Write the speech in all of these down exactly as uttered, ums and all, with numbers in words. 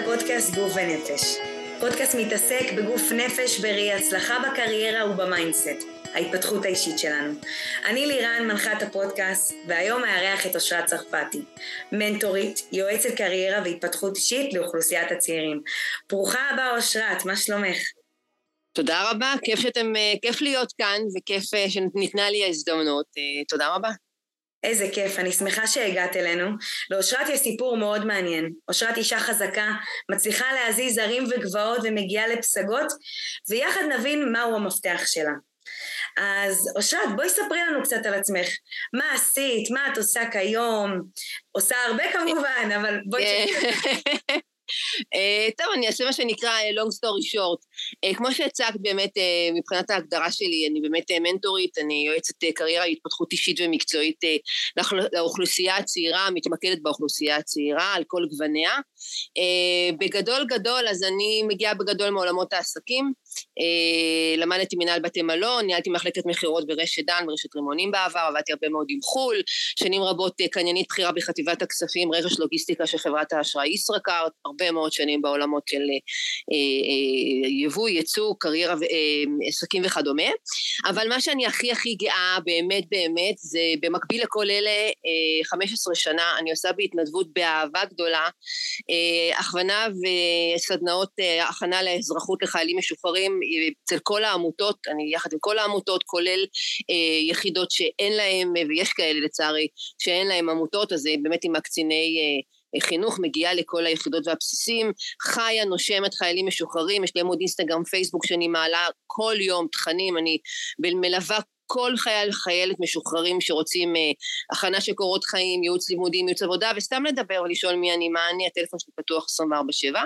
לפודקאסט גוף ונפש. פודקאסט מתעסק בגוף נפש, בראי הצלחה בקריירה ובמיינדסט, ההתפתחות האישית שלנו. אני לירן, מנחת הפודקאסט, והיום מארח את אושרת צרפתי, מנטורית, יועצת קריירה והתפתחות אישית לאוכלוסיית הצעירים. ברוכה הבאה אושרת, מה שלומך? תודה רבה, כיף שאתם, כיף להיות כאן וכיף שניתנה לי ההזדמנות. תודה רבה. איזה כיף, אני שמחה שהגעת אלינו. לאושרת יש סיפור מאוד מעניין. אושרת אישה חזקה, מצליחה להזיז הרים וגבעות ומגיעה לפסגות, ויחד נבין מהו המפתח שלה. אז אושרת, בואי ספרי לנו קצת על עצמך. מה עשית? מה את עושה כיום? עושה הרבה כמובן, אבל בואי תשאיר. Uh, טוב, אני אעשה מה שנקרא uh, long story short. Uh, כמו שהצגת באמת uh, מבחינת ההגדרה שלי, אני באמת uh, מנטורית, אני יועצת uh, קריירה, התפתחות אישית ומקצועית uh, לאוכלוסייה הצעירה, מתמקדת באוכלוסייה הצעירה על כל גווניה. Uh, בגדול גדול, אז אני מגיעה בגדול מעולמות העסקים, uh, למדתי מנהל בתי מלון, ניהלתי מחלקת מחירות ברשת דן, ברשת רימונים בעבר, עבדתי הרבה מאוד עם חול, שנים רבות uh, קניינית בחירה בחטיבת הכספים, רכש לוגיסטיקה של חברת האשראי ישראכרט, הרבה מאוד שנים בעולמות של אה, אה, יבוא, ייצוא, קריירה, אה, עסקים וכדומה. אבל מה שאני הכי הכי גאה באמת באמת, זה במקביל לכל אלה, אה, חמש עשרה שנה, אני עושה בהתנדבות באהבה גדולה, אה, הכוונה וסדנאות, אה, הכנה לאזרחות לחיילים משוחררים, אה, אצל כל העמותות, אני יחד עם כל העמותות, כולל אה, יחידות שאין להם, ויש כאלה לצערי, שאין להם עמותות, אז באמת עם הקציני אה, חינוך מגיעה לכל היחידות והבסיסים, חיה, נושמת, חיילים משוחררים, יש לי עמוד אינסטגרם, פייסבוק שאני מעלה כל יום תכנים, אני מלווה כל חייל חיילת משוחררים שרוצים אה, הכנה של קורות חיים, ייעוץ לימודים, ייעוץ עבודה, וסתם לדבר ולשאול מי אני, מה אני, הטלפון שלי פתוח עשרים וארבע שבע.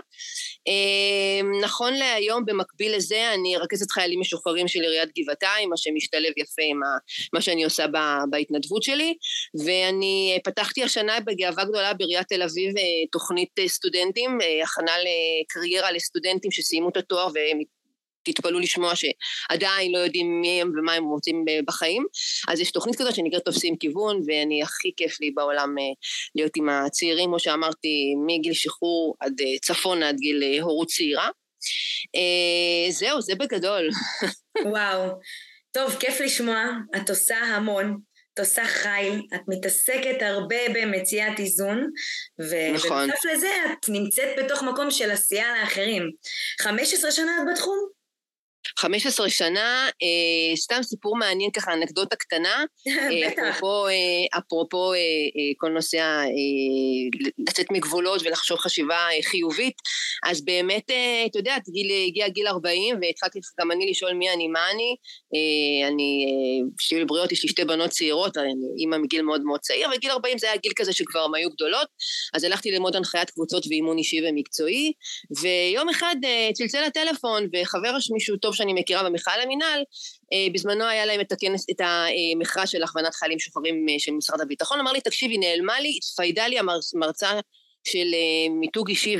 אה, נכון להיום, במקביל לזה, אני רכזת חיילים משוחררים של עיריית גבעתיים, מה שמשתלב יפה עם ה, מה שאני עושה ב, בהתנדבות שלי, ואני פתחתי השנה בגאווה גדולה בעיריית תל אביב אה, תוכנית אה, סטודנטים, אה, הכנה לקריירה לסטודנטים שסיימו את התואר והם תתפלו לשמוע שעדיין לא יודעים מי הם ומה הם רוצים בחיים, אז יש תוכנית כזאת שנקראת תופסים כיוון, ואני הכי כיף לי בעולם להיות עם הצעירים, כמו שאמרתי, מגיל שחרור עד צפון, עד גיל הורות צעירה. זהו, זה בגדול. וואו, טוב, כיף לשמוע, את עושה המון, את עושה חיל, את מתעסקת הרבה במציאת איזון, ובנוסף לזה את נמצאת בתוך מקום של עשייה לאחרים. חמש עשרה שנה את בתחום? חמש עשרה שנה, אה, סתם סיפור מעניין ככה, אנקדוטה קטנה, אה, אפרופו, אה, אפרופו אה, אה, כל נושא אה, לצאת מגבולות ולחשוב חשיבה אה, חיובית, אז באמת, אה, אתה יודע, גיל, הגיע גיל ארבעים, והתחלתי גם אני לשאול מי אני, מה אני, אה, אני, אה, שיהיו לבריאות, יש לי שתי בנות צעירות, אני אימא מגיל מאוד מאוד צעיר, וגיל ארבעים זה היה גיל כזה שכבר הם היו גדולות, אז הלכתי ללמוד הנחיית קבוצות ואימון אישי ומקצועי, ויום אחד אה, צלצל הטלפון, וחבר מישהו טוב שאני מכירה במחאה למינהל, בזמנו היה להם את הכנס, את המכרז של הכוונת חיילים משוחררים של משרד הביטחון, אמר לי, תקשיבי, נעלמה לי, התפיידה לי המרצה של מיתוג אישי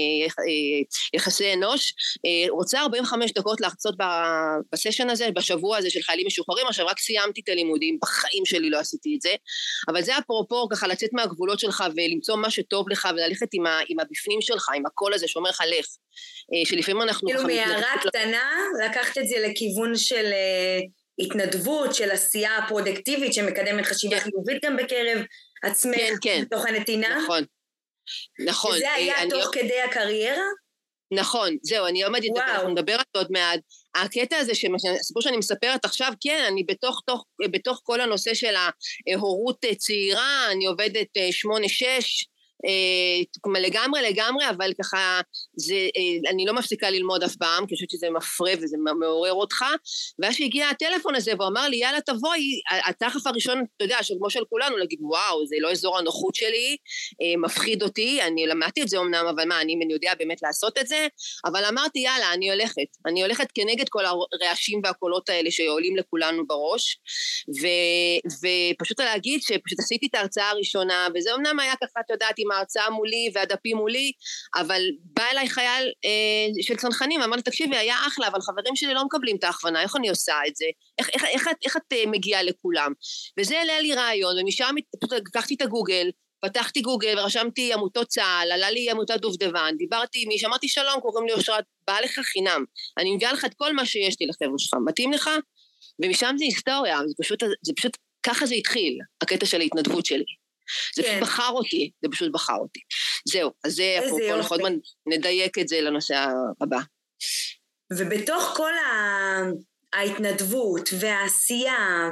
ויחסי אנוש, רוצה ארבעים וחמש דקות להחצות בסשן הזה, בשבוע הזה של חיילים משוחררים, עכשיו רק סיימתי את הלימודים, בחיים שלי לא עשיתי את זה, אבל זה אפרופו ככה לצאת מהגבולות שלך ולמצוא מה שטוב לך, וללכת עם, ה, עם הבפנים שלך, עם הקול הזה שאומר לך לך, שלפעמים אנחנו... כאילו מהערה קטנה, לקחת את זה לכיוון של התנדבות, של עשייה פרודקטיבית, שמקדמת חשיבה חיובית גם בקרב עצמך, בתוך הנתינה. נכון. נכון. וזה היה תוך כדי הקריירה? נכון, זהו, אני עומדת, אנחנו נדבר על עוד מעט. הקטע הזה, הסיפור שאני מספרת עכשיו, כן, אני בתוך, תוך, בתוך כל הנושא של ההורות צעירה, אני עובדת שמונה שש, לגמרי לגמרי, אבל ככה זה, אני לא מפסיקה ללמוד אף פעם, כי אני חושבת שזה מפרה וזה מעורר אותך, ואז שהגיע הטלפון הזה והוא אמר לי, יאללה תבואי, התחף הראשון, אתה יודע, כמו של כולנו, להגיד וואו, זה לא אזור הנוחות שלי, מפחיד אותי, אני למדתי את זה אמנם, אבל מה, אני יודע באמת לעשות את זה, אבל אמרתי יאללה, אני הולכת, אני הולכת כנגד כל הרעשים והקולות האלה שעולים לכולנו בראש, ו, ופשוט להגיד שפשוט עשיתי את ההרצאה הראשונה, וזה אמנם היה ככה, אתה יודעת, עם ההרצאה מולי והדפים מולי, אבל בא אליי חייל אה, של צנחנים, אמר לי, תקשיבי, היה אחלה, אבל חברים שלי לא מקבלים את ההכוונה, איך אני עושה את זה? איך, איך, איך, איך, איך את מגיעה לכולם? וזה העלה לי רעיון, ומשם לקחתי את הגוגל, פתחתי גוגל ורשמתי עמותות צה"ל, עלה לי עמותת דובדבן, דיברתי עם מי, שאמרתי שלום, קוראים לי אושרת, בא לך חינם, אני מביאה לך את כל מה שיש לי לחבר'ה שלך, מתאים לך? ומשם זה היסטוריה, זה פשוט, זה פשוט, ככה זה התחיל, הקטע של ההתנדבות שלי. זה כן. פשוט בחר אותי, זה פשוט בחר אותי. זהו, אז זה, אפרופו, אנחנו עוד מעט נדייק את זה לנושא הבא. ובתוך כל ה... ההתנדבות והעשייה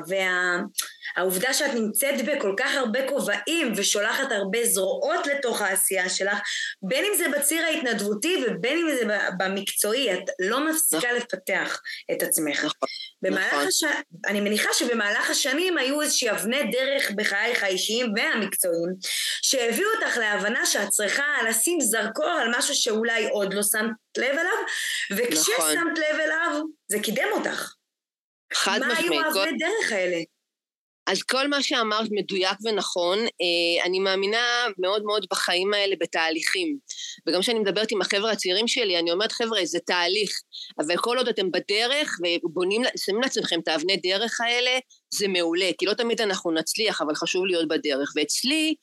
והעובדה שאת נמצאת בכל כך הרבה כובעים ושולחת הרבה זרועות לתוך העשייה שלך, בין אם זה בציר ההתנדבותי ובין אם זה במקצועי, את לא מפסיקה לפתח את עצמך. במהלך הש... אני מניחה שבמהלך השנים היו איזושהי אבני דרך בחייך האישיים והמקצועיים, שהביאו אותך להבנה שאת צריכה לשים זרקור על משהו שאולי עוד לא שמת לב אליו, וכששמת לב אליו, זה קידם אותך. חד משמעית. מה היו האבני דרך האלה? אז כל מה שאמרת מדויק ונכון, אני מאמינה מאוד מאוד בחיים האלה בתהליכים, וגם כשאני מדברת עם החבר'ה הצעירים שלי, אני אומרת חבר'ה זה תהליך, אבל כל עוד אתם בדרך ובונים, שמים לעצמכם את האבני דרך האלה, זה מעולה, כי לא תמיד אנחנו נצליח, אבל חשוב להיות בדרך, ואצלי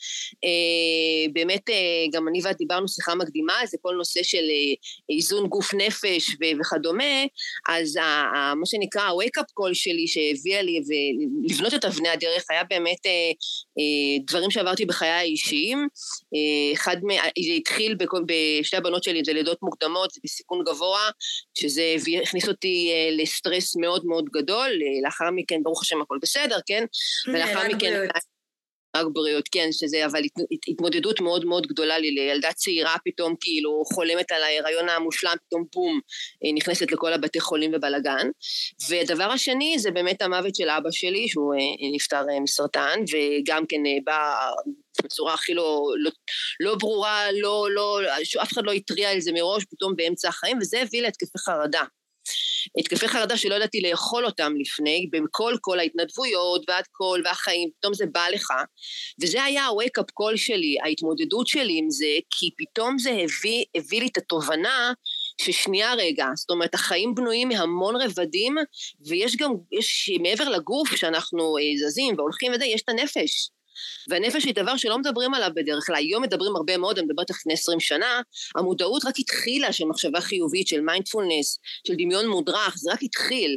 אה, באמת אה, גם אני ואת דיברנו שיחה מקדימה, זה כל נושא של אה, איזון גוף נפש ו- וכדומה, אז ה- ה- מה שנקרא ה-wake up call שלי שהביאה לי ולבנות את אבני הדרך, היה באמת אה, אה, דברים שעברתי בחיי האישיים, אה, אחד מה, זה התחיל בכל, בשתי הבנות שלי, זה לידות מוקדמות, זה בסיכון גבוה, שזה הכניס אותי אה, לסטרס מאוד מאוד גדול, אה, לאחר מכן ברוך השם הכל בסדר, כן? ולאחר מכן... רק בריאות, כן, שזה אבל התמודדות מאוד מאוד גדולה לי, לילדה צעירה פתאום כאילו חולמת על ההיריון המושלם, פתאום בום, נכנסת לכל הבתי חולים ובלגן, והדבר השני זה באמת המוות של אבא שלי, שהוא נפטר מסרטן, וגם כן בא בצורה הכי לא, לא, לא ברורה, לא, לא, שאף אחד לא התריע על זה מראש, פתאום באמצע החיים, וזה הביא להתקפי חרדה. התקפי חרדה שלא ידעתי לאכול אותם לפני, בכל כל ההתנדבויות והכל והחיים, פתאום זה בא לך, וזה היה ה-wake up call שלי, ההתמודדות שלי עם זה, כי פתאום זה הביא, הביא לי את התובנה, ששנייה רגע, זאת אומרת, החיים בנויים מהמון רבדים, ויש גם, יש מעבר לגוף שאנחנו זזים והולכים וזה, יש את הנפש. והנפש היא דבר שלא מדברים עליו בדרך כלל, היום מדברים הרבה מאוד, אני מדברת לפני עשרים שנה, המודעות רק התחילה של מחשבה חיובית, של מיינדפולנס, של דמיון מודרך, זה רק התחיל,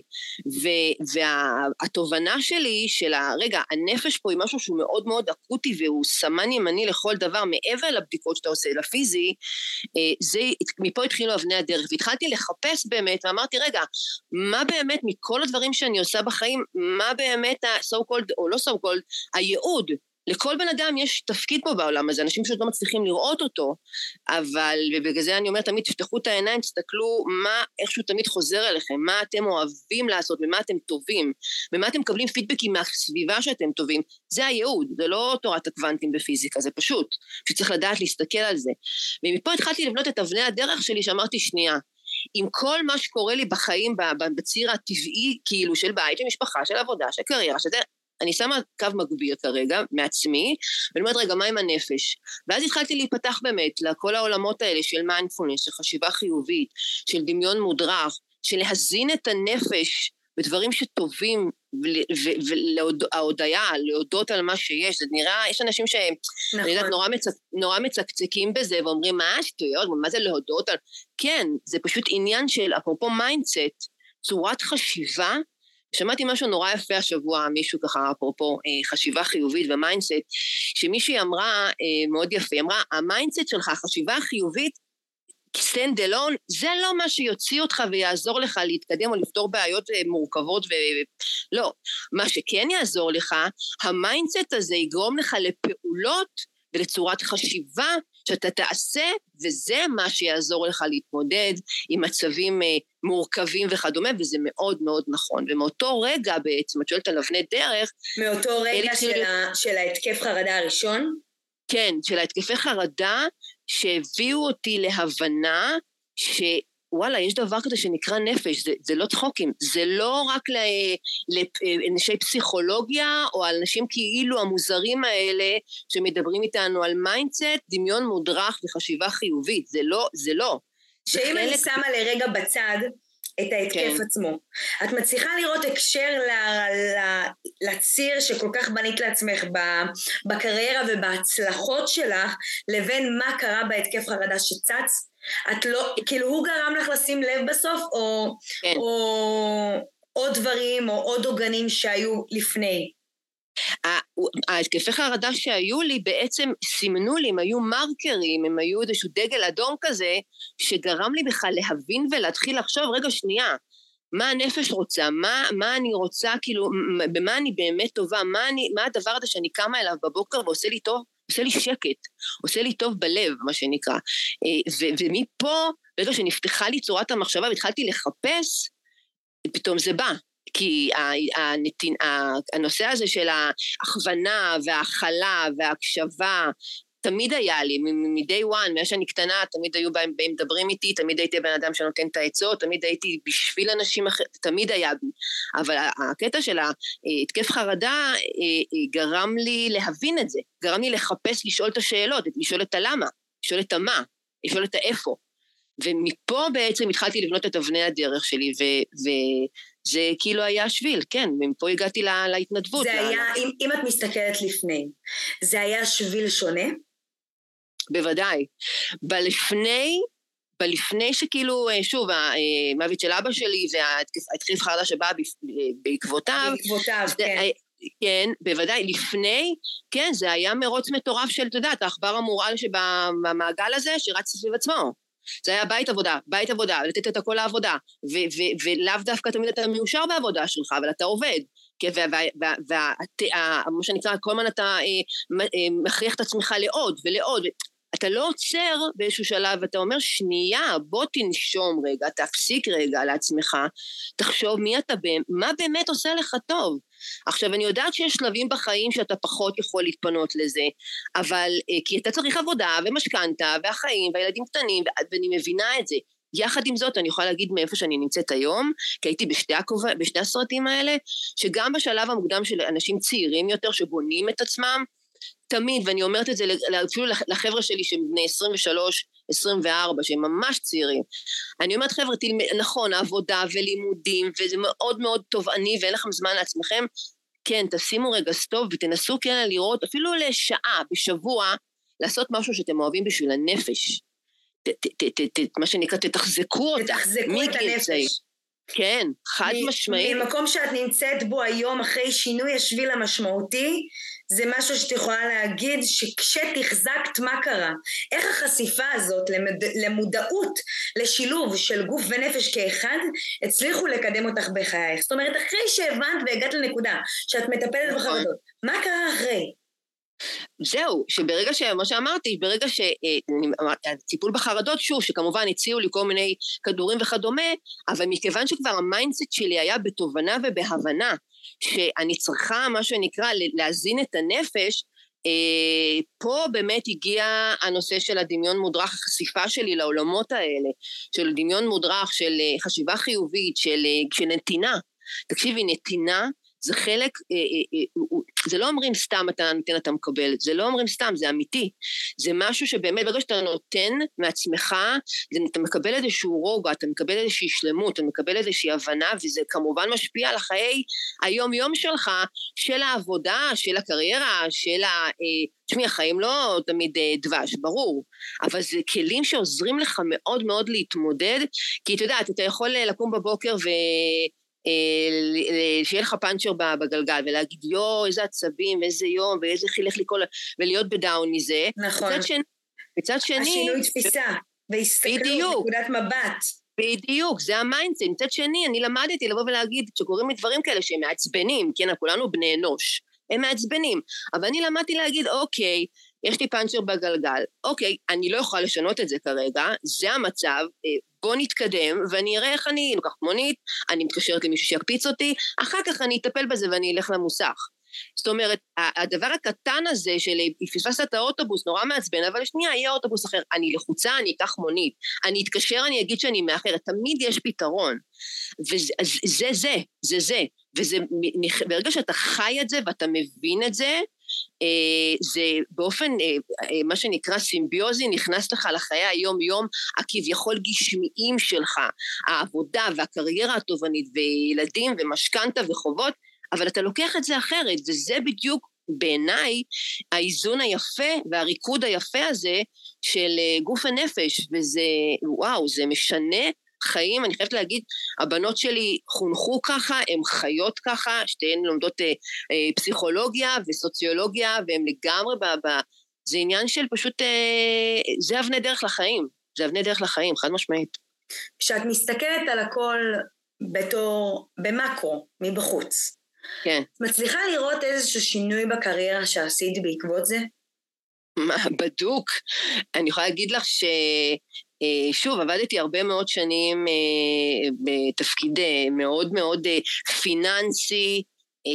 והתובנה שלי של הרגע, הנפש פה היא משהו שהוא מאוד מאוד אקוטי, והוא סמן ימני לכל דבר, מעבר לבדיקות שאתה עושה, לפיזי, זה, מפה התחילו אבני הדרך, והתחלתי לחפש באמת, ואמרתי, רגע, מה באמת מכל הדברים שאני עושה בחיים, מה באמת ה-so called, או לא so called, הייעוד, לכל בן אדם יש תפקיד פה בעולם הזה, אנשים פשוט לא מצליחים לראות אותו, אבל, ובגלל זה אני אומרת תמיד, תפתחו את העיניים, תסתכלו מה, איכשהו תמיד חוזר אליכם, מה אתם אוהבים לעשות, ומה אתם טובים, ומה אתם מקבלים פידבקים מהסביבה שאתם טובים, זה הייעוד, זה לא תורת הקוונטים בפיזיקה, זה פשוט, שצריך לדעת להסתכל על זה. ומפה התחלתי לבנות את אבני הדרך שלי, שאמרתי שנייה, עם כל מה שקורה לי בחיים, בציר הטבעי, כאילו של בית, של משפחה, של עבודה, של קריירה, שזה, אני שמה קו מגביר כרגע, מעצמי, ואני אומרת, רגע, מה עם הנפש? ואז התחלתי להיפתח באמת לכל העולמות האלה של מיינדפולנס, של חשיבה חיובית, של דמיון מודרך, של להזין את הנפש בדברים שטובים, וההודעה, להודות על מה שיש, זה נראה, יש אנשים שהם, אני יודעת, נורא, מצק, נורא מצקצקים בזה, ואומרים, מה שטויות, מה זה להודות על... כן, זה פשוט עניין של, אפרופו מיינדסט, צורת חשיבה, שמעתי משהו נורא יפה השבוע, מישהו ככה, אפרופו חשיבה חיובית ומיינדסט, שמישהי אמרה מאוד יפה, אמרה, המיינדסט שלך, החשיבה החיובית, stand alone, זה לא מה שיוציא אותך ויעזור לך להתקדם או לפתור בעיות מורכבות ולא, מה שכן יעזור לך, המיינדסט הזה יגרום לך לפעולות ולצורת חשיבה שאתה תעשה, וזה מה שיעזור לך להתמודד עם מצבים מורכבים וכדומה, וזה מאוד מאוד נכון. ומאותו רגע בעצם, את שואלת על אבני דרך, מאותו רגע של, ה, של ההתקף חרדה הראשון? כן, של ההתקפי חרדה, שהביאו אותי להבנה שוואלה, יש דבר כזה שנקרא נפש, זה, זה לא צחוקים, זה לא רק לאנשי פסיכולוגיה, או על אנשים כאילו המוזרים האלה, שמדברים איתנו על מיינדסט, דמיון מודרך וחשיבה חיובית, זה לא, זה לא. שאם אני שמה לרגע בצד, את ההתקף כן. עצמו. את מצליחה לראות הקשר ל, ל, לציר שכל כך בנית לעצמך בקריירה ובהצלחות שלך, לבין מה קרה בהתקף חרדה שצץ? את לא, כאילו הוא גרם לך לשים לב בסוף, או, כן. או עוד דברים, או עוד עוגנים שהיו לפני? ההתקפי חרדה שהיו לי בעצם סימנו לי, הם היו מרקרים, הם היו איזשהו דגל אדום כזה, שגרם לי בכלל להבין ולהתחיל לחשוב, רגע שנייה, מה הנפש רוצה, מה, מה אני רוצה, כאילו, במה אני באמת טובה, מה, אני, מה הדבר הזה שאני קמה אליו בבוקר ועושה לי טוב, עושה לי שקט, עושה לי טוב בלב, מה שנקרא. ו- ומפה, ברגע שנפתחה לי צורת המחשבה והתחלתי לחפש, פתאום זה בא. כי הנתין, הנושא הזה של ההכוונה וההכלה וההקשבה, תמיד היה לי, מ-day one, מאז שאני קטנה, תמיד היו בהם, בהם מדברים איתי, תמיד הייתי בן אדם שנותן את העצות, תמיד הייתי בשביל אנשים אחרים, תמיד היה בי. אבל הקטע של ההתקף חרדה גרם לי להבין את זה, גרם לי לחפש לשאול את השאלות, לשאול את הלמה, לשאול את המה, לשאול את האיפה. ומפה בעצם התחלתי לבנות את אבני הדרך שלי, וזה כאילו היה שביל, כן, ומפה הגעתי לה, להתנדבות. זה היה, אם, אם את מסתכלת לפני, זה היה שביל שונה? בוודאי. בלפני, בלפני שכאילו, שוב, המוות של אבא שלי, וההתקף חרדה שבא בעקבותיו, בעקבותיו, זה, כן. כן, בוודאי, לפני, כן, זה היה מרוץ מטורף של, אתה יודעת, האחבר המורל שבמעגל הזה, שרץ סביב עצמו. זה היה בית עבודה, בית עבודה, לתת את הכל לעבודה, ולאו דווקא תמיד אתה מיושר בעבודה שלך, אבל אתה עובד, ומה שנקרא, כל הזמן אתה מכריח את עצמך לעוד ולעוד, אתה לא עוצר באיזשהו שלב, ואתה אומר, שנייה, בוא תנשום רגע, תפסיק רגע לעצמך, תחשוב מי אתה, מה באמת עושה לך טוב. עכשיו, אני יודעת שיש שלבים בחיים שאתה פחות יכול להתפנות לזה, אבל כי אתה צריך עבודה ומשכנתה והחיים והילדים קטנים, ואני מבינה את זה. יחד עם זאת, אני יכולה להגיד מאיפה שאני נמצאת היום, כי הייתי בשתי, הכובע, בשתי הסרטים האלה, שגם בשלב המוקדם של אנשים צעירים יותר שבונים את עצמם, תמיד, ואני אומרת את זה אפילו לחבר'ה שלי שהם בני עשרים ושלוש, עשרים וארבע, שהם ממש צעירים. אני אומרת, חבר'ה, נכון, עבודה ולימודים, וזה מאוד מאוד תובעני, ואין לכם זמן לעצמכם, כן, תשימו רגע סטופ, ותנסו כן לראות, אפילו לשעה, בשבוע, לעשות משהו שאתם אוהבים בשביל הנפש. מה שנקרא, תתחזקו אותה. תתחזקו את הנפש. כן, חד משמעית. ממקום שאת נמצאת בו היום, אחרי שינוי השביל המשמעותי, זה משהו שאת יכולה להגיד שכשתחזקת מה קרה. איך החשיפה הזאת למד... למודעות, לשילוב של גוף ונפש כאחד, הצליחו לקדם אותך בחייך. זאת אומרת, אחרי שהבנת והגעת לנקודה, שאת מטפלת בחרדות, מה קרה אחרי? זהו, שברגע שמה שאמרתי, ברגע שהטיפול בחרדות, שוב, שכמובן הציעו לי כל מיני כדורים וכדומה, אבל מכיוון שכבר המיינדסט שלי היה בתובנה ובהבנה, שאני צריכה, מה שנקרא, להזין את הנפש, פה באמת הגיע הנושא של הדמיון מודרך, החשיפה שלי לעולמות האלה, של דמיון מודרך, של חשיבה חיובית, של, של נתינה. תקשיבי, נתינה, זה חלק, זה לא אומרים סתם אתה נותן, אתה מקבל, זה לא אומרים סתם, זה אמיתי, זה משהו שבאמת ברגע שאתה נותן מעצמך, אתה מקבל איזשהו רוגע, אתה מקבל איזושהי שלמות, אתה מקבל איזושהי הבנה, וזה כמובן משפיע על החיי היום יום שלך, של העבודה, של הקריירה, של ה... תשמעי, החיים לא תמיד דבש, ברור, אבל זה כלים שעוזרים לך מאוד מאוד להתמודד, כי אתה יודעת, אתה יכול לקום בבוקר ו... שיהיה לך פאנצ'ר בגלגל ולהגיד יו איזה עצבים ואיזה יום ואיזה חילך לי כל ולהיות בדאון מזה. נכון. מצד שני, מצד שני השינוי תפיסה והסתכלות נקודת מבט. בדיוק, זה המיינדסט. מצד שני אני למדתי לבוא ולהגיד שקוראים לי דברים כאלה שהם מעצבנים, כן, כולנו בני אנוש, הם מעצבנים, אבל אני למדתי להגיד אוקיי, יש לי פאנצ'ר בגלגל, אוקיי, אני לא יכולה לשנות את זה כרגע, זה המצב, בוא נתקדם, ואני אראה איך אני לוקחת מונית, אני מתקשרת למישהו שיקפיץ אותי, אחר כך אני אטפל בזה ואני אלך למוסך. זאת אומרת, הדבר הקטן הזה של פספסת את האוטובוס, נורא מעצבן, אבל שנייה, יהיה אוטובוס אחר, אני לחוצה, אני אקח מונית, אני אתקשר, אני אגיד שאני מאחרת, תמיד יש פתרון. וזה זה, זה, זה זה, וזה, ברגע שאתה חי את זה ואתה מבין את זה, זה באופן, מה שנקרא סימביוזי, נכנס לך לחיי היום-יום, הכביכול גשמיים שלך, העבודה והקריירה התובענית, וילדים ומשכנתה וחובות, אבל אתה לוקח את זה אחרת, וזה בדיוק בעיניי האיזון היפה והריקוד היפה הזה של גוף הנפש, וזה, וואו, זה משנה חיים. אני חייבת להגיד, הבנות שלי חונכו ככה, הן חיות ככה, שתיהן לומדות אה, אה, פסיכולוגיה וסוציולוגיה, והן לגמרי, ב, ב, זה עניין של פשוט, אה, זה אבני דרך לחיים, זה אבני דרך לחיים, חד משמעית. כשאת מסתכלת על הכל בתור, במקרו, מבחוץ, כן. מצליחה לראות איזשהו שינוי בקריירה שעשית בעקבות זה? מה, בדוק. אני יכולה להגיד לך ש... שוב, עבדתי הרבה מאוד שנים בתפקיד מאוד מאוד פיננסי,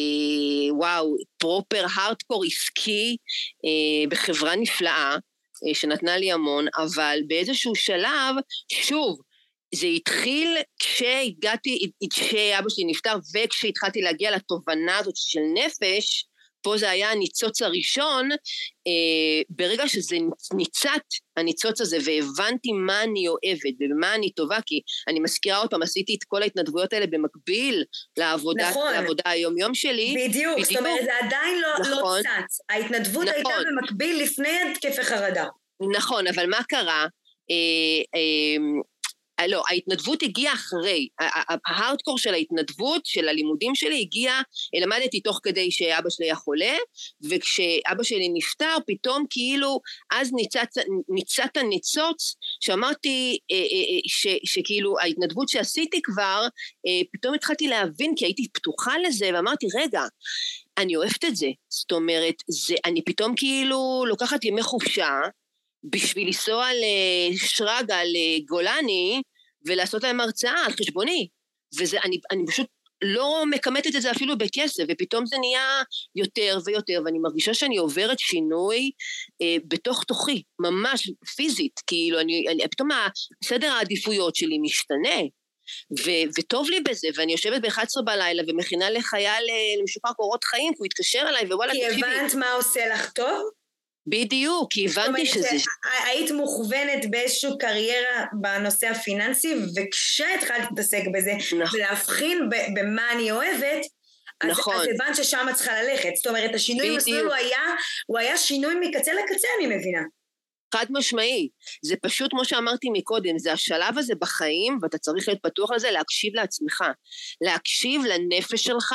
וואו, פרופר, הארדקור עסקי, בחברה נפלאה, שנתנה לי המון, אבל באיזשהו שלב, שוב, זה התחיל כשהגעתי, כשאבא שלי נפטר, וכשהתחלתי להגיע לתובנה הזאת של נפש, פה זה היה הניצוץ הראשון, אה, ברגע שזה ניצת הניצוץ הזה, והבנתי מה אני אוהבת ומה אני טובה, כי אני מזכירה אותם, עשיתי את כל ההתנדבויות האלה במקביל לעבודה, נכון. לעבודה היום-יום שלי. בדיוק, בדיוק, זאת אומרת, זה עדיין לא, נכון. לא צץ. ההתנדבות נכון. הייתה במקביל לפני התקף החרדה. נכון, אבל מה קרה? אה, אה, לא, ההתנדבות הגיעה אחרי, ההארדקור של ההתנדבות, של הלימודים שלי, הגיע, למדתי תוך כדי שאבא שלי היה חולה, וכשאבא שלי נפטר, פתאום כאילו, אז ניצת, ניצת הניצוץ, שאמרתי, ש, שכאילו ההתנדבות שעשיתי כבר, פתאום התחלתי להבין, כי הייתי פתוחה לזה, ואמרתי, רגע, אני אוהבת את זה, זאת אומרת, זה, אני פתאום כאילו לוקחת ימי חופשה, בשביל לנסוע לשרגא, לגולני, ולעשות להם הרצאה על חשבוני. וזה, אני, אני פשוט לא מקמתת את זה אפילו בכסף, ופתאום זה נהיה יותר ויותר, ואני מרגישה שאני עוברת שינוי אה, בתוך תוכי, ממש פיזית, כאילו, אני, אני, פתאום הסדר העדיפויות שלי משתנה, ו- וטוב לי בזה, ואני יושבת ב-אחת עשרה בלילה, ומכינה לחייל למשוחרר קורות חיים, כי הוא התקשר אליי, ווואלה, כי תקשיבי. הבנת מה עושה לך טוב? בדיוק, כי הבנתי שזה... היית מוכוונת באיזשהו קריירה בנושא הפיננסי, וכשהתחלת להתעסק בזה, ולהבחין במה אני אוהבת, אז, נכון. אז הבנת ששם את צריכה ללכת. זאת אומרת, השינוי מסלול הוא היה, הוא היה שינוי מקצה לקצה, אני מבינה. חד משמעי. זה פשוט, כמו שאמרתי מקודם, זה השלב הזה בחיים, ואתה צריך להיות פתוח לזה, להקשיב לעצמך. להקשיב לנפש שלך,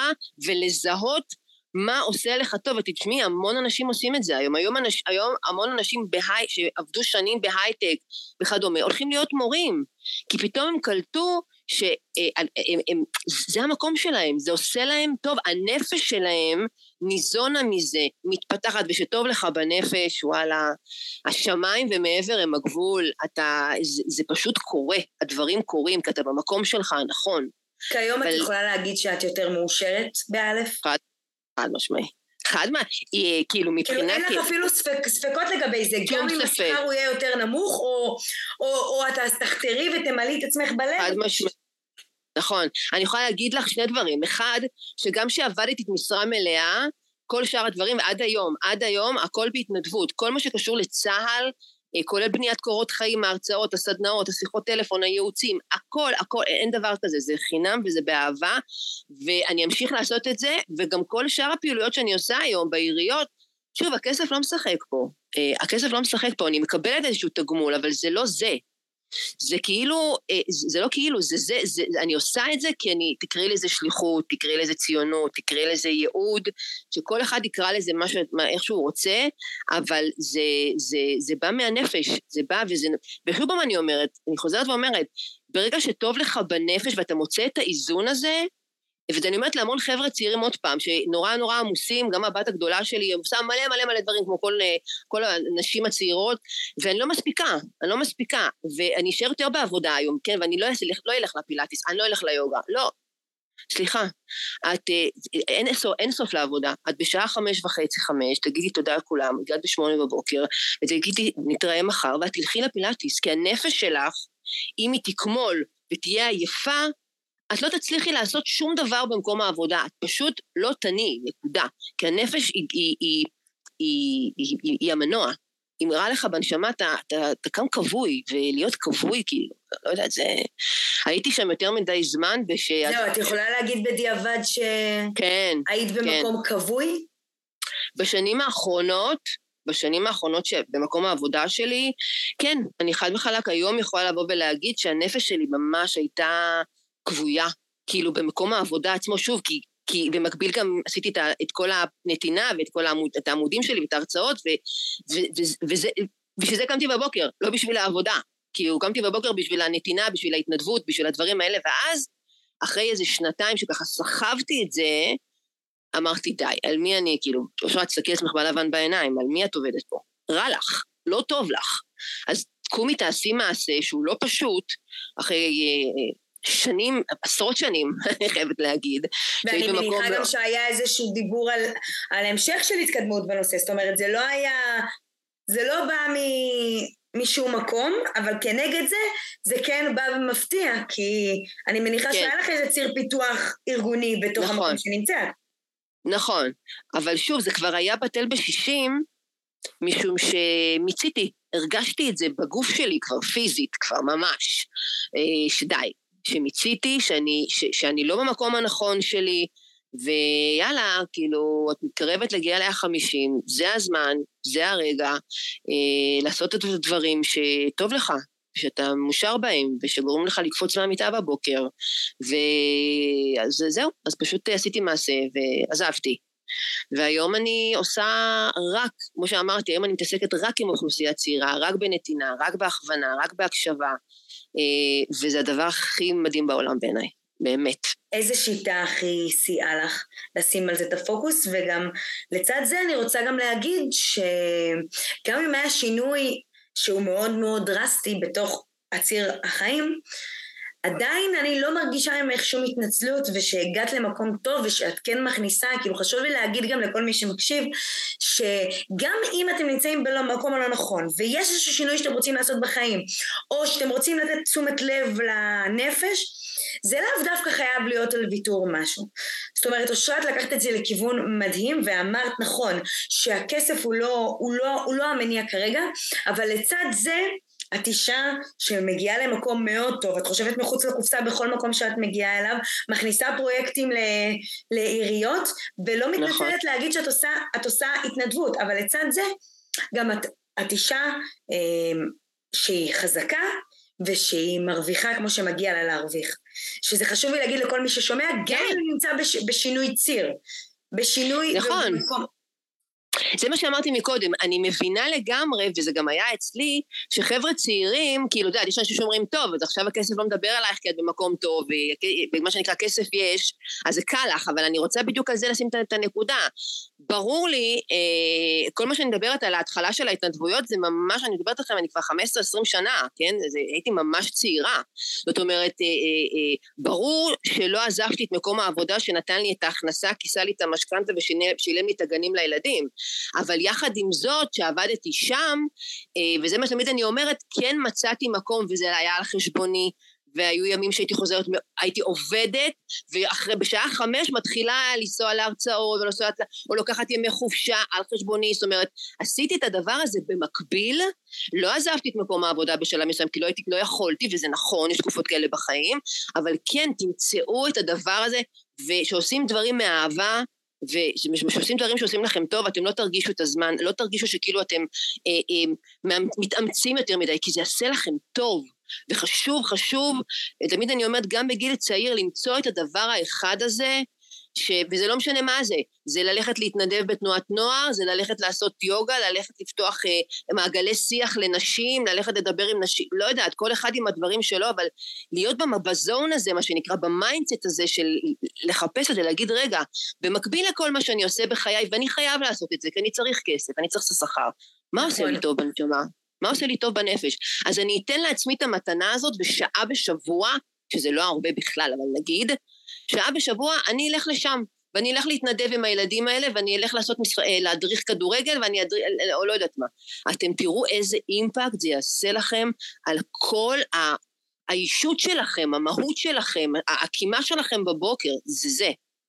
ולזהות מה עושה לך טוב. ותשמעי, המון אנשים עושים את זה היום. היום, אנש, היום המון אנשים בהי, שעבדו שנים בהייטק וכדומה, הולכים להיות מורים, כי פתאום הם קלטו שזה המקום שלהם, זה עושה להם טוב, הנפש שלהם ניזונה מזה, מתפתחת, ושטוב לך בנפש, וואלה, השמיים ומעבר הם הגבול, אתה, זה, זה פשוט קורה, הדברים קורים, כי אתה במקום שלך, נכון. כיום אבל... את יכולה להגיד שאת יותר מאושרת באלף? חד, חד משמעי. חד מה, כאילו מבחינת... כאילו אין לך אפילו ספק, ספקות לגבי זה, גם אם השכר הוא יהיה יותר נמוך, או, או, או אתה תחתרי ותמלאי את עצמך בלב. חד משמעי. נכון, אני יכולה להגיד לך שני דברים, אחד, שגם שעבדתי את משרה מלאה, כל שאר הדברים, עד היום, עד היום, הכל בהתנדבות, כל מה שקשור לצהל, כולל בניית קורות חיים, ההרצאות, הסדנאות, השיחות טלפון, הייעוצים, הכל, הכל, אין דבר כזה, זה חינם וזה באהבה, ואני אמשיך לעשות את זה, וגם כל שאר הפעילויות שאני עושה היום בעיריות, שוב, הכסף לא משחק פה, הכסף לא משחק פה, אני מקבלת איזשהו תגמול, אבל זה לא זה, זה כאילו, זה לא כאילו, זה זה, זה, אני עושה את זה כי אני, תקראי לזה שליחות, תקראי לזה ציונות, תקראי לזה ייעוד, שכל אחד יקרא לזה משהו, איך שהוא רוצה, אבל זה, זה, זה בא מהנפש, זה בא וזה, ושוב פעם אני אומרת, אני חוזרת ואומרת, ברגע שטוב לך בנפש ואתה מוצא את האיזון הזה, ואני אומרת להמון חבר'ה צעירים עוד פעם, שנורא נורא עמוסים, גם הבת הגדולה שלי, עושה מלא מלא מלא דברים, כמו כל, כל הנשים הצעירות, ואני לא מספיקה, אני לא מספיקה, ואני אשאר יותר בעבודה היום, כן, ואני לא, לא אלך לפילאטיס, אני לא אלך ליוגה, לא, סליחה, את, אין, סוף, אין סוף לעבודה, את בשעה חמש וחצי, חמש, תגידי תודה לכולם, הגעת בשמונה בבוקר, ותגידי, נתראה מחר, ואת תלכי לפילאטיס, כי הנפש שלך, אם היא תקמול ותהיה עייפה, את לא תצליחי לעשות שום דבר במקום העבודה, את פשוט לא תני, נקודה, כי הנפש היא, היא, היא, היא, היא, היא, היא המנוע. אם רע לך בנשמה, אתה, אתה, אתה קם קבוי, ולהיות קבוי, כאילו, לא יודעת, זה... הייתי שם יותר מדי זמן, וש... זהו, את יכולה להגיד בדיעבד ש... כן, היית במקום כן. קבוי? בשנים האחרונות, בשנים האחרונות שבמקום העבודה שלי, כן, אני חד וחלק היום יכולה לבוא ולהגיד שהנפש שלי ממש הייתה קבויה, כאילו במקום העבודה עצמו, שוב, כי... כי במקביל גם עשיתי את, את כל הנתינה ואת כל העמוד, את העמודים שלי ואת ההרצאות, ו, ו, ו, וזה, בשביל זה קמתי בבוקר, לא בשביל העבודה, כי הוא קמתי בבוקר בשביל הנתינה, בשביל ההתנדבות, בשביל הדברים האלה, ואז אחרי איזה שנתיים שככה סחבתי את זה, אמרתי די, על מי אני, כאילו, אושרת, תסתכלי עצמך בלבן בעיניים, על מי את עובדת פה? רע לך, לא טוב לך. אז קומי תעשי מעשה שהוא לא פשוט, אחרי... שנים, עשרות שנים, אני חייבת להגיד. ואני מניחה גם שהיה איזשהו דיבור על, על המשך של התקדמות בנושא, זאת אומרת, זה לא היה, זה לא בא מ, משום מקום, אבל כנגד זה, זה כן בא ומפתיע, כי אני מניחה כן. שהיה לך איזה ציר פיתוח ארגוני בתוך נכון. המקום שנמצא. נכון, אבל שוב, זה כבר היה בטל בשישים, משום שמיציתי, הרגשתי את זה בגוף שלי כבר פיזית, כבר ממש, שדי. שמיציתי, שאני, ש, שאני לא במקום הנכון שלי, ויאללה, כאילו, את מתקרבת לגיע ל חמישים, זה הזמן, זה הרגע, אה, לעשות את הדברים שטוב לך, שאתה מושר בהם, ושגורם לך לקפוץ מהמיטה בבוקר, ואז זהו, אז פשוט עשיתי מעשה, ועזבתי. והיום אני עושה רק, כמו שאמרתי, היום אני מתעסקת רק עם אוכלוסייה צעירה, רק בנתינה, רק בהכוונה, רק בהקשבה, וזה הדבר הכי מדהים בעולם בעיניי, באמת. איזה שיטה הכי סייעה לך לשים על זה את הפוקוס, וגם לצד זה אני רוצה גם להגיד שגם אם היה שינוי שהוא מאוד מאוד דרסטי בתוך הציר החיים, עדיין אני לא מרגישה ממך שום התנצלות, ושהגעת למקום טוב, ושאת כן מכניסה, כאילו חשוב לי להגיד גם לכל מי שמקשיב, שגם אם אתם נמצאים במקום הלא נכון, ויש איזשהו שינוי שאתם רוצים לעשות בחיים, או שאתם רוצים לתת תשומת לב לנפש, זה לאו דווקא חייב להיות על ויתור משהו. זאת אומרת, אושרת לקחת את זה לכיוון מדהים, ואמרת נכון, שהכסף הוא לא, הוא לא, הוא לא המניע כרגע, אבל לצד זה, את אישה שמגיעה למקום מאוד טוב, את חושבת מחוץ לקופסה בכל מקום שאת מגיעה אליו, מכניסה פרויקטים לעיריות, ולא מתנצלת נכון. להגיד שאת עושה, את עושה התנדבות, אבל לצד זה, גם את, את אישה אה, שהיא חזקה, ושהיא מרוויחה כמו שמגיע לה להרוויח. שזה חשוב לי להגיד לכל מי ששומע, גם אם נמצא בש, בשינוי ציר, בשינוי... נכון. ובמקום, זה מה שאמרתי מקודם, אני מבינה לגמרי, וזה גם היה אצלי, שחבר'ה צעירים, כאילו, אתה יודע, יש אנשים שאומרים, טוב, אז עכשיו הכסף לא מדבר עלייך, כי את במקום טוב, ומה שנקרא כסף יש, אז זה קל לך, אבל אני רוצה בדיוק על זה לשים את הנקודה. ברור לי, אה, כל מה שאני מדברת על ההתחלה של ההתנדבויות, זה ממש, אני מדברת לכם, אני כבר חמש עשרה עשרים שנה, כן? זה, הייתי ממש צעירה. זאת אומרת, אה, אה, אה, ברור שלא עזבתי את מקום העבודה שנתן לי את ההכנסה, כיסה לי את המשכנתא ושילם לי את הגנים לילדים. אבל יחד עם זאת, שעבדתי שם, אה, וזה מה שתמיד אני אומרת, כן מצאתי מקום, וזה היה על חשבוני, והיו ימים שהייתי חוזרת, הייתי עובדת, ואחרי, בשעה חמש מתחילה לנסוע להרצאות, ולנסוע, או לוקחת ימי חופשה על חשבוני, זאת אומרת, עשיתי את הדבר הזה במקביל, לא עזבתי את מקום העבודה בשלב מסוים, כי לא, הייתי, לא יכולתי, וזה נכון, יש תקופות כאלה בחיים, אבל כן, תמצאו את הדבר הזה, ושעושים דברים מאהבה, ושעושים דברים שעושים לכם טוב, אתם לא תרגישו את הזמן, לא תרגישו שכאילו אתם אה, אה, מתאמצים יותר מדי, כי זה יעשה לכם טוב, וחשוב, חשוב, תמיד אני אומרת, גם בגיל צעיר, למצוא את הדבר האחד הזה, ש... וזה לא משנה מה זה, זה ללכת להתנדב בתנועת נוער, זה ללכת לעשות יוגה, ללכת לפתוח אה, מעגלי שיח לנשים, ללכת לדבר עם נשים, לא יודעת, כל אחד עם הדברים שלו, אבל להיות בזון הזה, מה שנקרא, במיינדסט הזה, של לחפש את זה, להגיד, רגע, במקביל לכל מה שאני עושה בחיי, ואני חייב לעשות את זה, כי אני צריך כסף, אני צריך שכר, מה עושה לי טוב בנשמה? מה עושה לי טוב בנפש? אז אני אתן לעצמי את המתנה הזאת בשעה בשבוע, שזה לא הרבה בכלל, אבל נגיד, שעה בשבוע אני אלך לשם, ואני אלך להתנדב עם הילדים האלה, ואני אלך לעשות, להדריך כדורגל, ואני אדריך, או לא יודעת מה. אתם תראו איזה אימפקט זה יעשה לכם על כל האישות שלכם, המהות שלכם, הקימה שלכם בבוקר, זה זה.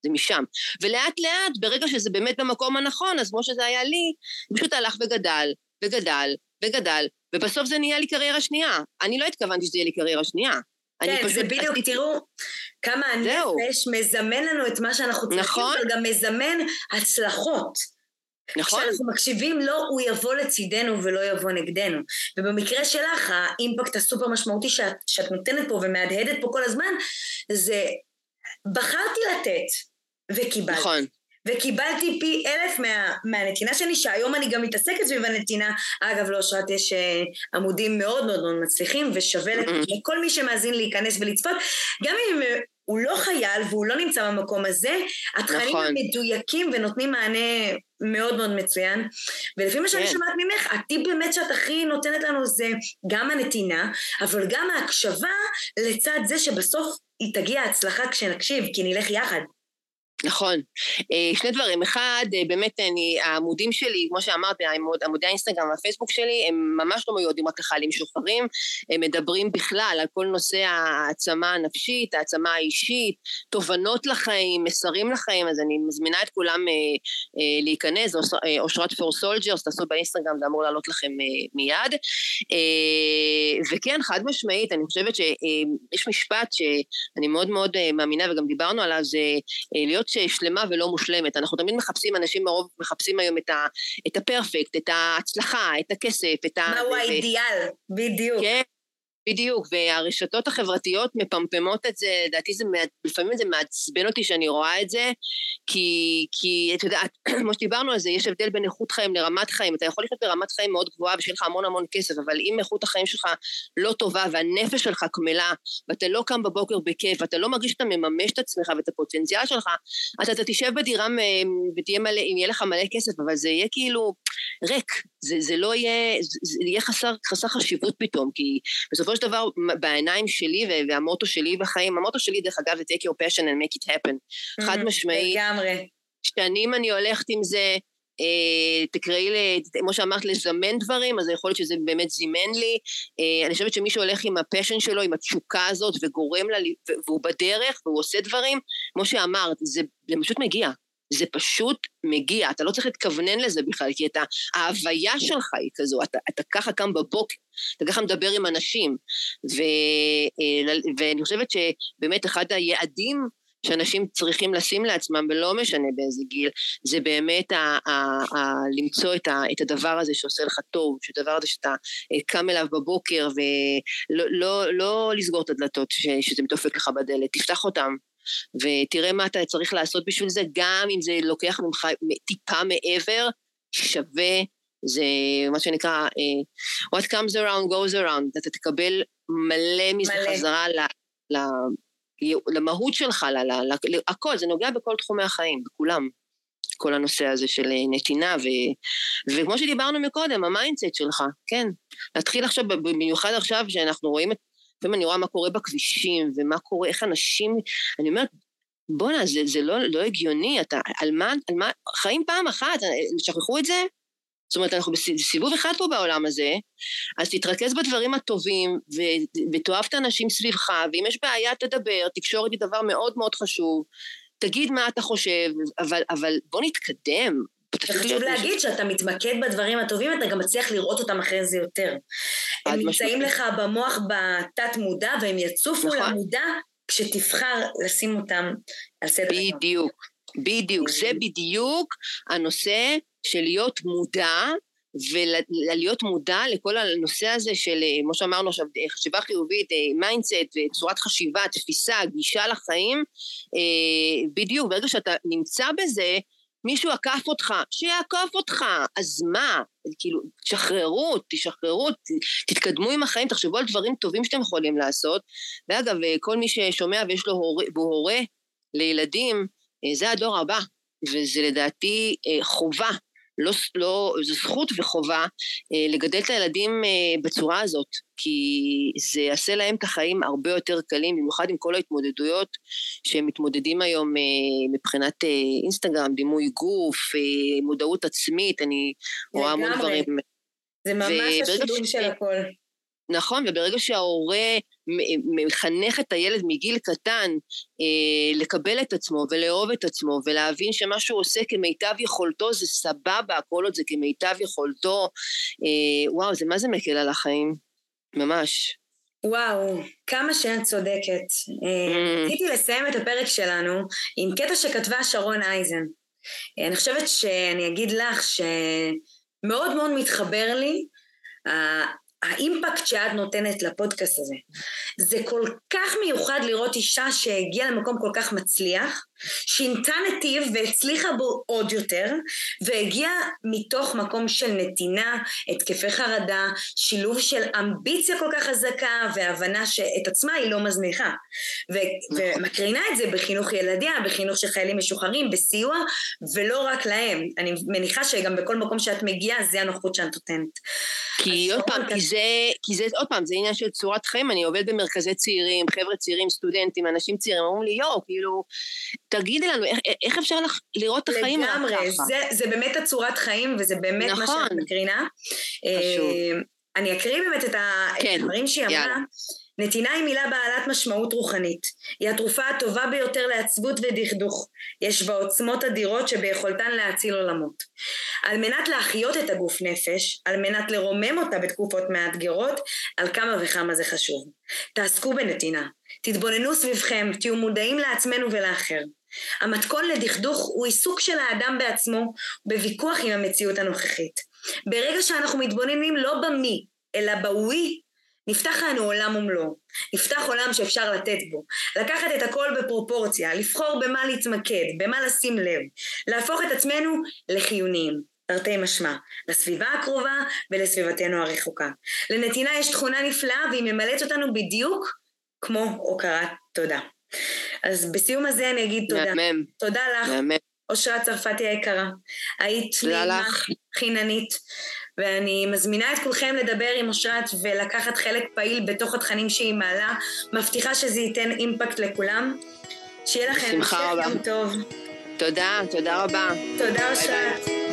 זה משם. ולאט לאט, ברגע שזה באמת במקום הנכון, אז כמו שזה היה לי, פשוט הלך וגדל, וגדל, וגדל, ובסוף זה נהיה לי קריירה שנייה. אני לא התכוונתי שזה יהיה לי קריירה שנייה. כן, זה בדיוק, תראו כמה הנפש מזמן לנו את מה שאנחנו צריכים, אבל גם מזמן הצלחות. נכון. כשאנחנו מקשיבים לו, הוא יבוא לצידנו ולא יבוא נגדנו. ובמקרה שלך, האימפקט הסופר משמעותי שאת, שאת נותנת פה ומהדהדת פה כל הזמן, זה בחרתי לתת וקיבלתי. נכון. וקיבלתי פי אלף מה, מהנתינה שלי, שהיום אני גם מתעסקת סביב הנתינה. אגב, לאושרת יש uh, עמודים מאוד מאוד מאוד מצליחים, ושווה לכל מי שמאזין להיכנס ולצפות, גם אם הוא לא חייל והוא לא נמצא במקום הזה, התכנים נכון. המדויקים ונותנים מענה מאוד מאוד מצוין, ולפי מה שאני כן. שומעת ממך, הטיפ באמת שאת הכי נותנת לנו זה גם הנתינה, אבל גם ההקשבה לצד זה שבסוף היא תגיע הצלחה כשנקשיב, כי נלך יחד. נכון. שני דברים. אחד, באמת אני, העמודים שלי, כמו שאמרתי, עמודי האינסטגרם והפייסבוק שלי, הם ממש לא מיועדים רק לחיילים משוחררים, הם מדברים בכלל על כל נושא העצמה הנפשית, העצמה האישית, תובנות לחיים, מסרים לחיים, אז אני מזמינה את כולם להיכנס, אושרת פור סולג'רס, תעשו באינסטגרם, זה אמור לעלות לכם מיד. וכן, חד משמעית, אני חושבת שיש משפט שאני מאוד מאוד מאמינה, וגם דיברנו עליו, זה להיות שלמה ולא מושלמת. אנחנו תמיד מחפשים, אנשים מרוב מחפשים היום את ה, את הפרפקט, את ההצלחה, את הכסף, את ה... מהו האידיאל, בדיוק. כן, בדיוק, והרשתות החברתיות מפמפמות את זה, דעתי זה, לפעמים זה מעצבן אותי שאני רואה את זה, כי, כי את יודעת, כמו שדיברנו על זה, יש הבדל בין איכות חיים לרמת חיים, אתה יכול לחיות ברמת חיים מאוד גבוהה, ושיהיה לך המון המון כסף, אבל אם איכות החיים שלך לא טובה, והנפש שלך כמלה, ואתה לא קם בבוקר בכיף, ואתה לא מרגיש שאתה מממש את עצמך, ואת הפוטנציאל שלך, אז אתה תשב בדירה, ותהיה מלא, אם יהיה לך מלא כסף, אבל זה יהיה כאילו ריק, זה, זה לא יהיה, זה, זה יהיה חסר, חסר חשיבות פתאום, כי בסופו של דבר, בעיניים שלי והמוטו שלי בחיים, המוטו שלי דרך אגב זה take your passion and make it happen. חד משמעית. לגמרי. שנים אני הולכת עם זה, תקראי, כמו שאמרת, לזמן דברים, אז יכול להיות שזה באמת זימן לי. אני חושבת שמי שהולך עם הפשן שלו, עם התשוקה הזאת, וגורם לה, והוא בדרך, והוא עושה דברים, כמו שאמרת, זה פשוט מגיע. זה פשוט מגיע, אתה לא צריך להתכוונן לזה בכלל, כי אתה, ההוויה שלך היא כזו, אתה, אתה ככה קם בבוקר, אתה ככה מדבר עם אנשים, ו, ואני חושבת שבאמת אחד היעדים שאנשים צריכים לשים לעצמם, ולא משנה באיזה גיל, זה באמת ה, ה, ה, למצוא את, ה, את הדבר הזה שעושה לך טוב, שהדבר הזה שאתה קם אליו בבוקר, ולא לא, לא לסגור את הדלתות שזה מתופק לך בדלת, תפתח אותם, ותראה מה אתה צריך לעשות בשביל זה, גם אם זה לוקח ממך טיפה מעבר, שווה, זה מה שנקרא, uh, what comes around goes around, אתה תקבל מלא מזה מלא. חזרה ל, ל, למהות שלך, ל, ל, ל, הכל, זה נוגע בכל תחומי החיים, בכולם, כל הנושא הזה של נתינה, ו, וכמו שדיברנו מקודם, המיינדסט שלך, כן, להתחיל עכשיו, במיוחד עכשיו שאנחנו רואים את, לפעמים אני רואה מה קורה בכבישים, ומה קורה, איך אנשים, אני אומרת, בונה, זה, זה לא, לא הגיוני, אתה, על מה, על מה, חיים פעם אחת, שכחו את זה? זאת אומרת, אנחנו בסיבוב אחד פה בעולם הזה, אז תתרכז בדברים הטובים, ו, ותאהב את האנשים סביבך, ואם יש בעיה תדבר, תקשורת היא דבר מאוד מאוד חשוב, תגיד מה אתה חושב, אבל, אבל בוא נתקדם, חשוב להגיד שאתה מתמקד בדברים הטובים, אתה גם מצליח לראות אותם אחרי זה יותר. הם נמצאים לך במוח בתת מודע, והם יצופו למודע, כשתבחר לשים אותם על סדר היום. בדיוק, בדיוק. זה בדיוק הנושא של להיות מודע, ולהיות מודע לכל הנושא הזה של, כמו שאמרנו עכשיו, חשיבה חיובית, מיינדסט, צורת חשיבה, תפיסה, גישה לחיים, בדיוק, ברגע שאתה נמצא בזה, מישהו עקף אותך, שיעקוף אותך, אז מה? כאילו, תשחררו, תשחררו, תתקדמו עם החיים, תחשבו על דברים טובים שאתם יכולים לעשות, ואגב, כל מי ששומע ויש לו הורה, והוא הורה לילדים, זה הדור הבא, וזה לדעתי חובה, לא, לא, זו זכות וחובה לגדל את הילדים בצורה הזאת, כי זה יעשה להם את החיים הרבה יותר קלים, במיוחד עם כל ההתמודדויות שהם מתמודדים היום מבחינת אינסטגרם, דימוי גוף, מודעות עצמית, אני רואה המון דברים. זה ממש השילוב של הכל. נכון, וברגע שההורה מחנך את הילד מגיל קטן אה, לקבל את עצמו ולאהוב את עצמו ולהבין שמה שהוא עושה כמיטב יכולתו זה סבבה, כל עוד זה כמיטב יכולתו, אה, וואו, זה מה זה מקל על החיים, ממש. וואו, כמה שאת צודקת. Mm. רציתי לסיים את הפרק שלנו עם קטע שכתבה שרון אייזן. אני חושבת שאני אגיד לך שמאוד מאוד מתחבר לי האימפקט שאת נותנת לפודקאסט הזה. זה כל כך מיוחד לראות אישה שהגיעה למקום כל כך מצליח, שינתה נתיב והצליחה בו עוד יותר, והגיעה מתוך מקום של נתינה, התקפי חרדה, שילוב של אמביציה כל כך חזקה, והבנה שאת עצמה היא לא מזניחה. ו- ומקרינה את זה בחינוך ילדיה, בחינוך של חיילים משוחררים, בסיוע, ולא רק להם. אני מניחה שגם בכל מקום שאת מגיעה, זה הנוחות שאת נותנת. כי עוד פעם, כי זה, כי זה, עוד פעם, זה עניין של צורת חיים, אני עובד במרכזי צעירים, חבר'ה צעירים, סטודנטים, אנשים צעירים, אומרים לי, יו, כאילו, תגידי לנו, איך, איך אפשר לך לראות את החיים רק ככה? לגמרי, זה, זה באמת הצורת חיים, וזה באמת נכון. מה שאת מקרינה. חשוב. אני אקריא באמת את הדברים כן, שהיא אמרה. נתינה היא מילה בעלת משמעות רוחנית. היא התרופה הטובה ביותר לעצבות ודכדוך. יש בה עוצמות אדירות שביכולתן להציל עולמות. על מנת להחיות את הגוף נפש, על מנת לרומם אותה בתקופות מאתגרות, על כמה וכמה זה חשוב. תעסקו בנתינה. תתבוננו סביבכם, תהיו מודעים לעצמנו ולאחר. המתכון לדכדוך הוא עיסוק של האדם בעצמו, בוויכוח עם המציאות הנוכחית. ברגע שאנחנו מתבוננים לא במי, אלא בווי, נפתח לנו עולם ומלואו, נפתח עולם שאפשר לתת בו, לקחת את הכל בפרופורציה, לבחור במה להתמקד, במה לשים לב, להפוך את עצמנו לחיוניים, תרתי משמע, לסביבה הקרובה ולסביבתנו הרחוקה. לנתינה יש תכונה נפלאה והיא ממלאת אותנו בדיוק כמו הוקרת תודה. אז בסיום הזה אני אגיד תודה. מאמן. תודה לך, מאמן. אושרת צרפתי היקרה, היית נעימה, חיננית, ואני מזמינה את כולכם לדבר עם אושרת ולקחת חלק פעיל בתוך התכנים שהיא מעלה, מבטיחה שזה ייתן אימפקט לכולם. שיהיה לכם המשך יום טוב. תודה, תודה רבה. תודה אושרת.